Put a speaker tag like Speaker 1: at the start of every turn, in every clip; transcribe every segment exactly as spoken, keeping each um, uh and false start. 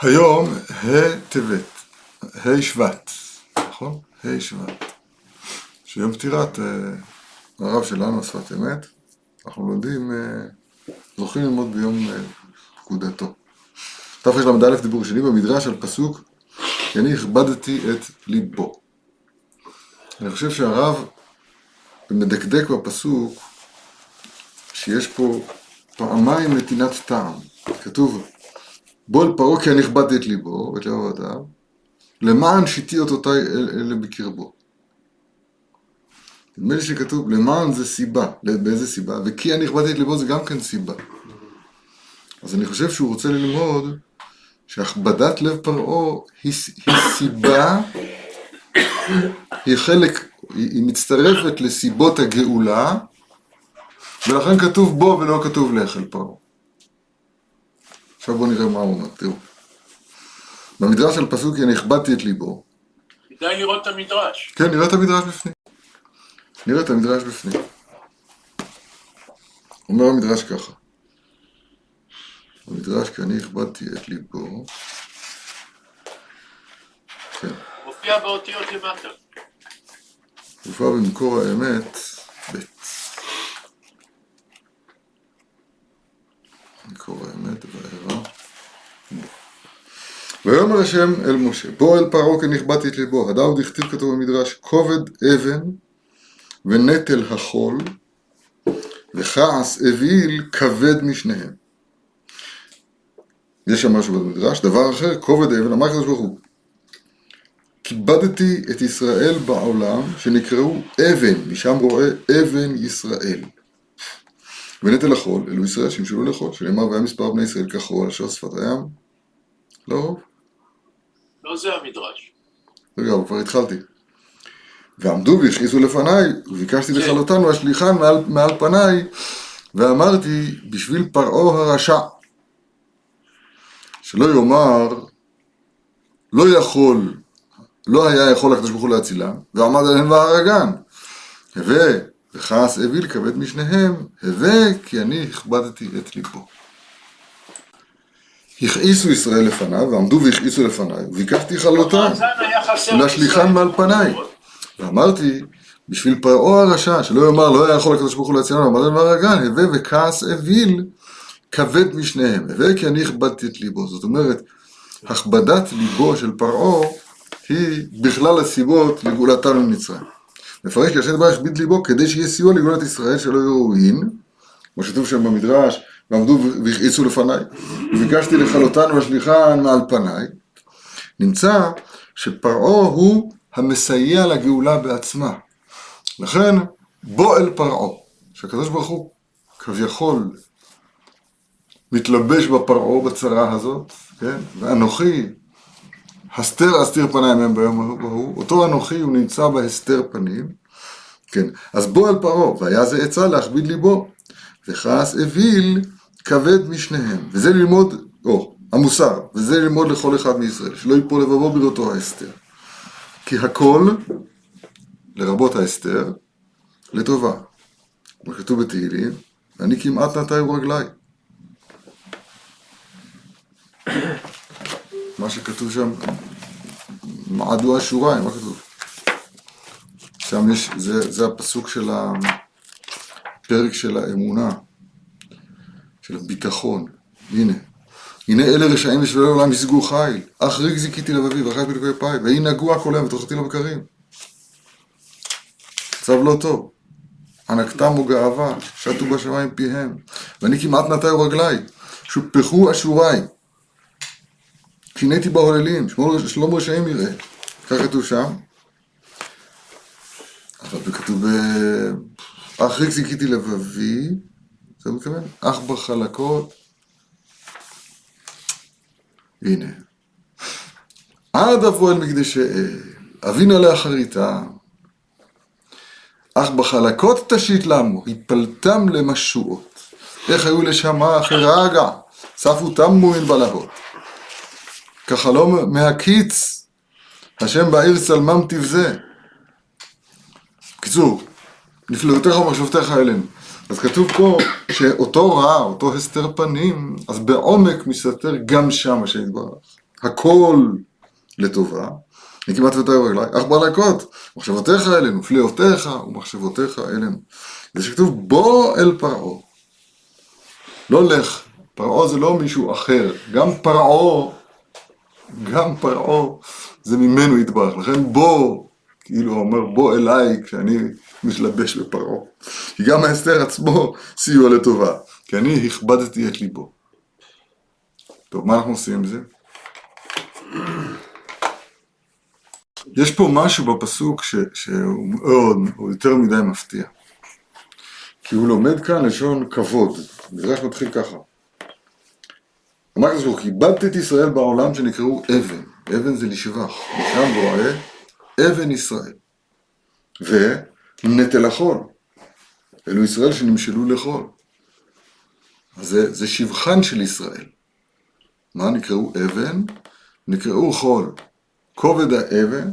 Speaker 1: היום ה' טבת, ה' שבט, נכון? ה' שבט. שיום פטירת uh, הרב שלנו, השפת אמת, אנחנו לומדים, uh, זוכים ללמוד ביום uh, פקודתו. תפרש למד א' דיבור שני במדרש על פסוק, כי אני הכבדתי את ליבו. אני חושב שהרב מדקדק בפסוק שיש פה פעמיים נתינת טעם. כתוב, בוא אל פרעה כי אני הכבדתי את ליבו, ואת לבב אדם, למען שיתי אותותיי אלה בקרבו. נדמה לי שכתוב, למען זה סיבה. באיזה סיבה? וכי אני הכבדתי את ליבו זה גם כן סיבה. אז אני חושב שהוא רוצה ללמוד שהכבדת לב פרעה היא, היא סיבה, היא חלק, היא, היא מצטרפת לסיבות הגאולה, ולכן כתוב בו ולא כתוב לך אל פרעה. עכשיו בואו נראה מה הוא אומר, תראו. במדרש על פסוק אני הכבדתי את ליבו.
Speaker 2: כדאי לראות את המדרש.
Speaker 1: כן, נראה את המדרש בפנים. נראה את המדרש בפנים. אומר המדרש ככה. המדרש כי אני הכבדתי את ליבו. כן.
Speaker 2: מופיע באותיות למטה.
Speaker 1: מופיע במקור האמת, ב'. מקור האמת והערה. ויאמר השם אל משה, בוא אל פרעה כי נכבדתי את ליבו. הדאוד הכתיב כתוב במדרש, כובד אבן ונטל החול וכעס אוויל כבד משניהם. יש שם משהו במדרש, דבר אחר, כובד אבן, אמר הקדוש ברוך הוא, כיבדתי את ישראל בעולם שנקראו אבן, משם רואה אבן ישראל. ונטל החול, אלו ישראל שמשולו לחול, שנאמר והיה מספר בני ישראל כחול, אשר שפת הים. לא רוב?
Speaker 2: לא זה המדרש.
Speaker 1: רגע, כבר התחלתי. ועמדו והכעיסו לפניי, וביקשתי לכלותן והשליחן מעל, מעל פניי, ואמרתי, בשביל פרעה הרשע, שלא יאמר, לא יכול, לא היה יכול הקדוש ברוך הוא להצילם, ועמד עליהם והרגן. הווה, וכעס אוויל כבד משניהם, הווה, כי אני הכבדתי את ליבו. הכעיסו ישראל לפניו, ועמדו והכעיסו לפניי, וביקשתי לכלותן, ולהשליחן מעל פניי. ואמרתי, בשביל פרעה הרשע, שלא יאמר, לא היה יכול הקדוש ברוך הוא להצילם, ועמד עליהם והרגן, הווה, וכעס אוויל כבד משניהם, הווה, כי אני הכבדתי את ליבו. זאת אומרת, הכבדת ליבו של פרעה, היא בכלל הסיבות לגאולתם ממצרים. מפרש כי השם יתברך הכביד ליבו כדי שיהיה סיוע לגאולת ישראל שלא יראוין, כמו שכתוב שם במדרש, ועמדו והכעיסו לפניי, וביקשתי לכלותן והשליחן מעל פניי. נמצא שפרעה הוא המסייע לגאולה בעצמה. לכן בוא אל פרעה, שהקדוש ברוך הוא כביכול מתלבש בפרעה בצרה הזאת, כן? ואנוכי הסתר אסתיר פניי מהם ביום ההוא, אותו אנוכי הוא נמצא בהסתר פנים, כן, אז בוא אל פרעה, והיה זה עצה להכביד ליבו, וכעס אוויל כבד משניהם, וזה ללמוד, או, המוסר, וזה ללמוד לכל אחד מישראל, שלא ייפול לבבו בראותו ההסתר, כי הכל, לרבות ההסתר, לטובה, כמו כתוב בתהילים, ואני כמעט נטעו רגליי. מה שכתוב שם, מעדו השוריים, מה כתוב? שם יש, זה, זה הפסוק של הפרק של האמונה, של הביטחון. הנה, הנה אלה רשעים ושבלי עולם ישגו חיל, אך ריק זיקיתי לבבי וחי בלקוי פי, והיא נגוע כל היום ותוכחתי לבקרים. צו לא טוב, ענקתם וגאווה, שטו בשמיים פיהם, ואני כמעט נטעו רגליי, שופחו השוריים. קינאתי בהוללים, שלום רשעים יראה. כך כתוב שם. אבל כתוב, אך ריק זיקיתי לבבי, זה מתכוון, אך בחלקות. הנה. עד אבוא אל מקדשי אל, אבינה לאחריתה, אך בחלקות תשית למו, הפלתם למשועות. איך היו לשמה אחרי רגע, ספו תמו מן בלהות. כחלום מהקיץ, השם בעיר צלמם תבזה. בקיצור, נפלאותיך ומחשבותיך אלינו. אז כתוב פה שאותו רע, אותו הסתר פנים, אז בעומק מסתתר גם שם השם יתברך. הכל לטובה, נקימת ותאהב רגלי, אך ברכות, מחשבותיך אלינו, פליאותיך ומחשבותיך אלינו. זה שכתוב בוא אל פרעה, לא לך, פרעה זה לא מישהו אחר, גם פרעה, גם פרעה זה ממנו יתברך, לכן בוא, כאילו הוא אומר בוא אליי כשאני מתלבש בפרעה, כי גם האסתר עצמו סיוע לטובה, כי אני הכבדתי את ליבו. טוב, מה אנחנו עושים עם זה? יש פה משהו בפסוק ש, שהוא מאוד, הוא יותר מדי מפתיע. כי הוא לומד כאן לשון כבוד. מדרש מתחיל ככה. אמר כזו, כיבדתי את ישראל בעולם שנקראו אבן. אבן זה לשבח. שם רואה אבן ישראל. ונטל החול. אלו ישראל שנמשלו לחול. אז זה, זה שבחן של ישראל. מה נקראו אבן? נקראו חול. כובד האבן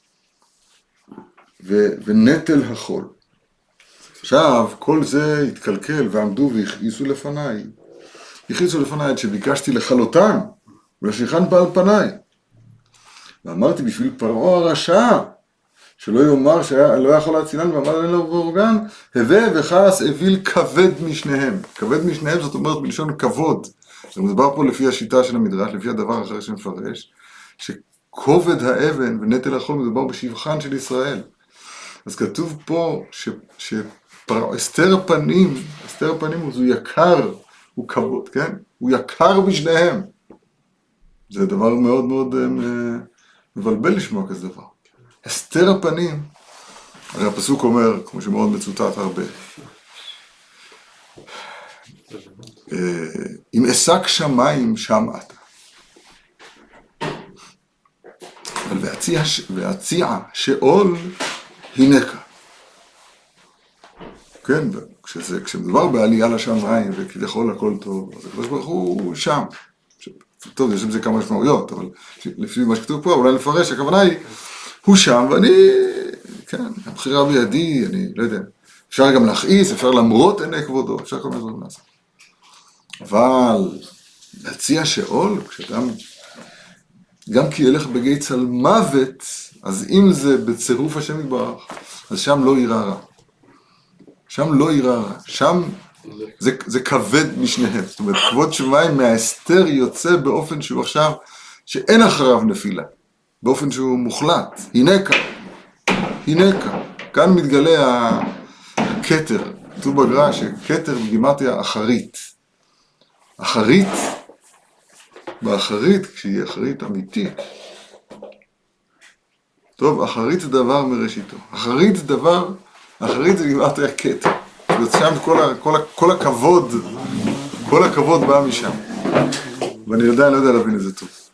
Speaker 1: ו- ונטל החול. עכשיו, כל זה התקלקל ועמדו והכעיסו לפניי. הכעיסו לפניי עד שביקשתי לחלותם ולשליחן על פניי. ואמרתי בשביל פרעה הרשע, שלא יאמר שלא יכול להצילן ועמד עלינו באורגן, הווה וכעס אוויל כבד משניהם. כבד משניהם זאת אומרת בלשון כבוד. זה מדבר פה לפי השיטה של המדרש, לפי הדבר אחר שמפרש, שכובד האבן ונטל החול מדובר בשבחן של ישראל. אז כתוב פה שאסתר פנים, אסתר פנים הוא יקר, הוא כבוד, כן? הוא יקר בשניהם. זה דבר מאוד מאוד מבלבל לשמוע כזה דבר. אסתר הפנים, הרי הפסוק אומר, כמו שמאוד מצוטט הרבה, אם אשק שמיים שם אתה. אבל והציע, והציע שאול הינקה. כן, כשזה, כשמדובר בעלייה לשמיים וכביכול הכל טוב, אז הקדוש ברוך הוא שם. טוב, יש עם זה כמה משמעויות, אבל לפי מה שכתוב פה, אולי לפרש, הכוונה היא, הוא שם ואני, כן, הבחירה בידי, אני לא יודע, אפשר גם להכעיס, אפשר למרות עיני כבודו, אפשר כל מיני דברים לעשות. אבל להציע שאול, כשאדם, גם כי ילך בגיא צל מוות, אז אם זה בצירוף השם יתברך, אז שם לא יירא רע. שם לא יירא רע. שם זה, זה כבד משניהם. זאת אומרת, כבוד שמיים מהאסתר יוצא באופן שהוא עכשיו, שאין אחריו נפילה. באופן שהוא מוחלט. הנה כאן. הנה כאן. כאן מתגלה הכתר. כתוב בגר"א שכתר בגימטריה אחרית. אחרית, באחרית, כשהיא אחרית אמיתית, טוב, אחרית זה דבר מראשיתו. אחרית זה דבר, אחרית זה גימטריה כתר. שם כל, כל, כל הכבוד, כל הכבוד בא משם. ואני עדיין לא יודע להבין את זה טוב.